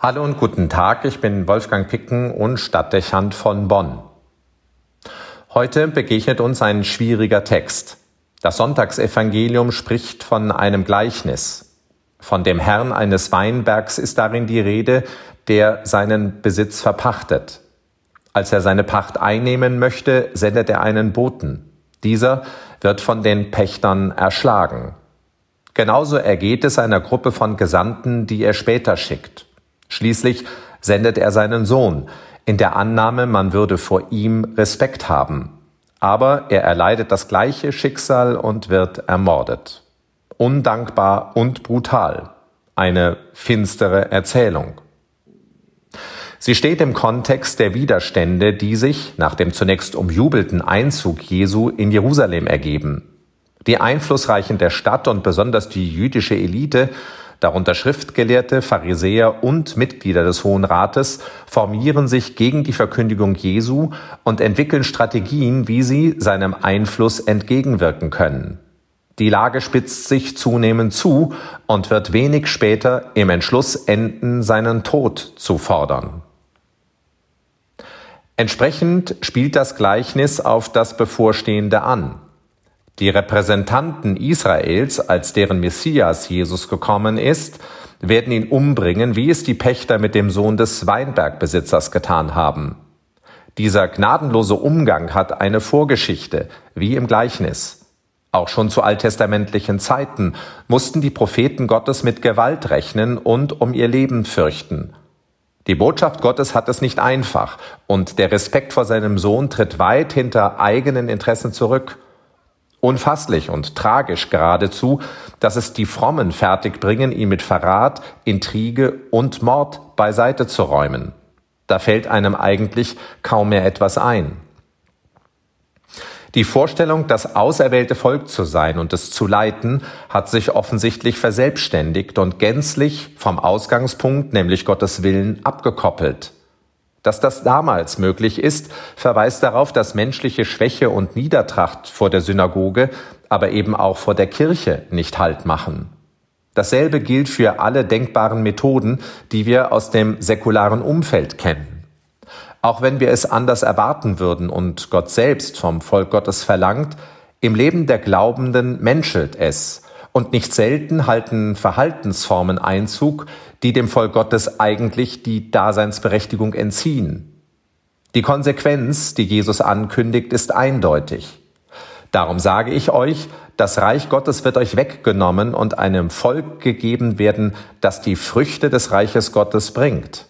Hallo und guten Tag, ich bin Wolfgang Picken und Stadtdechant von Bonn. Heute begegnet uns ein schwieriger Text. Das Sonntagsevangelium spricht von einem Gleichnis. Von dem Herrn eines Weinbergs ist darin die Rede, der seinen Besitz verpachtet. Als er seine Pacht einnehmen möchte, sendet er einen Boten. Dieser wird von den Pächtern erschlagen. Genauso ergeht es einer Gruppe von Gesandten, die er später schickt. Schließlich sendet er seinen Sohn, in der Annahme, man würde vor ihm Respekt haben. Aber er erleidet das gleiche Schicksal und wird ermordet. Undankbar und brutal. Eine finstere Erzählung. Sie steht im Kontext der Widerstände, die sich nach dem zunächst umjubelten Einzug Jesu in Jerusalem ergeben. Die Einflussreichen der Stadt und besonders die jüdische Elite, darunter Schriftgelehrte, Pharisäer und Mitglieder des Hohen Rates, formieren sich gegen die Verkündigung Jesu und entwickeln Strategien, wie sie seinem Einfluss entgegenwirken können. Die Lage spitzt sich zunehmend zu und wird wenig später im Entschluss enden, seinen Tod zu fordern. Entsprechend spielt das Gleichnis auf das Bevorstehende an. Die Repräsentanten Israels, als deren Messias Jesus gekommen ist, werden ihn umbringen, wie es die Pächter mit dem Sohn des Weinbergbesitzers getan haben. Dieser gnadenlose Umgang hat eine Vorgeschichte, wie im Gleichnis. Auch schon zu alttestamentlichen Zeiten mussten die Propheten Gottes mit Gewalt rechnen und um ihr Leben fürchten. Die Botschaft Gottes hat es nicht einfach und der Respekt vor seinem Sohn tritt weit hinter eigenen Interessen zurück. Unfasslich und tragisch geradezu, dass es die Frommen fertigbringen, ihn mit Verrat, Intrige und Mord beiseite zu räumen. Da fällt einem eigentlich kaum mehr etwas ein. Die Vorstellung, das auserwählte Volk zu sein und es zu leiten, hat sich offensichtlich verselbstständigt und gänzlich vom Ausgangspunkt, nämlich Gottes Willen, abgekoppelt. Dass das damals möglich ist, verweist darauf, dass menschliche Schwäche und Niedertracht vor der Synagoge, aber eben auch vor der Kirche nicht Halt machen. Dasselbe gilt für alle denkbaren Methoden, die wir aus dem säkularen Umfeld kennen. Auch wenn wir es anders erwarten würden und Gott selbst vom Volk Gottes verlangt, im Leben der Glaubenden menschelt es. Und nicht selten halten Verhaltensformen Einzug, die dem Volk Gottes eigentlich die Daseinsberechtigung entziehen. Die Konsequenz, die Jesus ankündigt, ist eindeutig. Darum sage ich euch, das Reich Gottes wird euch weggenommen und einem Volk gegeben werden, das die Früchte des Reiches Gottes bringt.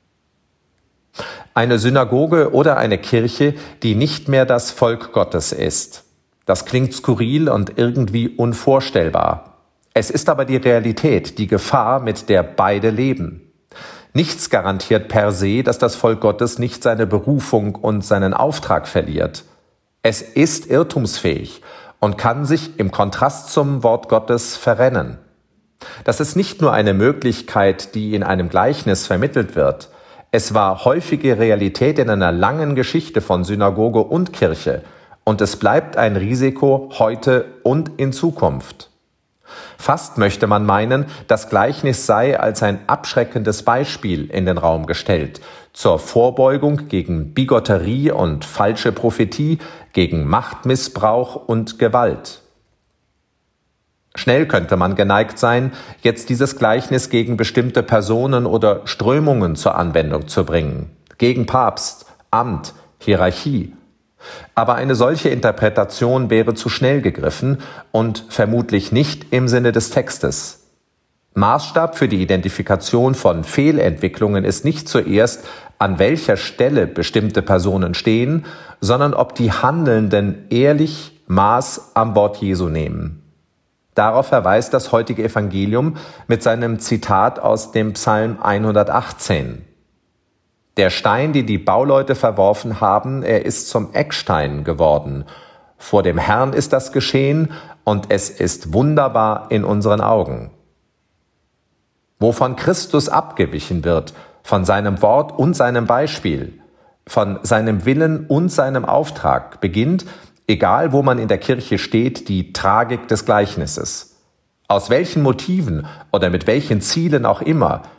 Eine Synagoge oder eine Kirche, die nicht mehr das Volk Gottes ist. Das klingt skurril und irgendwie unvorstellbar. Es ist aber die Realität, die Gefahr, mit der beide leben. Nichts garantiert per se, dass das Volk Gottes nicht seine Berufung und seinen Auftrag verliert. Es ist irrtumsfähig und kann sich im Kontrast zum Wort Gottes verrennen. Das ist nicht nur eine Möglichkeit, die in einem Gleichnis vermittelt wird. Es war häufige Realität in einer langen Geschichte von Synagoge und Kirche. Und es bleibt ein Risiko heute und in Zukunft. Fast möchte man meinen, das Gleichnis sei als ein abschreckendes Beispiel in den Raum gestellt, zur Vorbeugung gegen Bigotterie und falsche Prophetie, gegen Machtmissbrauch und Gewalt. Schnell könnte man geneigt sein, jetzt dieses Gleichnis gegen bestimmte Personen oder Strömungen zur Anwendung zu bringen, gegen Papst, Amt, Hierarchie. Aber eine solche Interpretation wäre zu schnell gegriffen und vermutlich nicht im Sinne des Textes. Maßstab für die Identifikation von Fehlentwicklungen ist nicht zuerst, an welcher Stelle bestimmte Personen stehen, sondern ob die Handelnden ehrlich Maß am Wort Jesu nehmen. Darauf verweist das heutige Evangelium mit seinem Zitat aus dem Psalm 118. Der Stein, den die Bauleute verworfen haben, er ist zum Eckstein geworden. Vor dem Herrn ist das geschehen und es ist wunderbar in unseren Augen. Wovon Christus abgewichen wird, von seinem Wort und seinem Beispiel, von seinem Willen und seinem Auftrag, beginnt, egal wo man in der Kirche steht, die Tragik des Gleichnisses. Aus welchen Motiven oder mit welchen Zielen auch immer,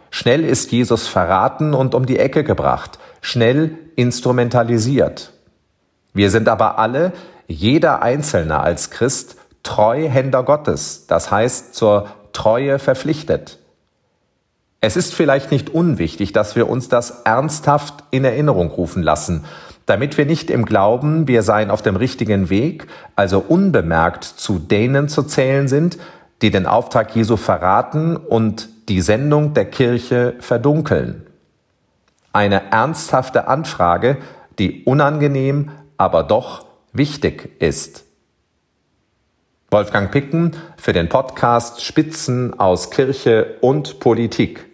Schnell ist Jesus verraten und um die Ecke gebracht, schnell instrumentalisiert. Wir sind aber alle, jeder Einzelne als Christ, Treuhänder Gottes, das heißt zur Treue verpflichtet. Es ist vielleicht nicht unwichtig, dass wir uns das ernsthaft in Erinnerung rufen lassen, damit wir nicht im Glauben, wir seien auf dem richtigen Weg, also unbemerkt zu denen zu zählen sind, die den Auftrag Jesu verraten und die Sendung der Kirche verdunkeln. Eine ernsthafte Anfrage, die unangenehm, aber doch wichtig ist. Wolfgang Picken für den Podcast Spitzen aus Kirche und Politik.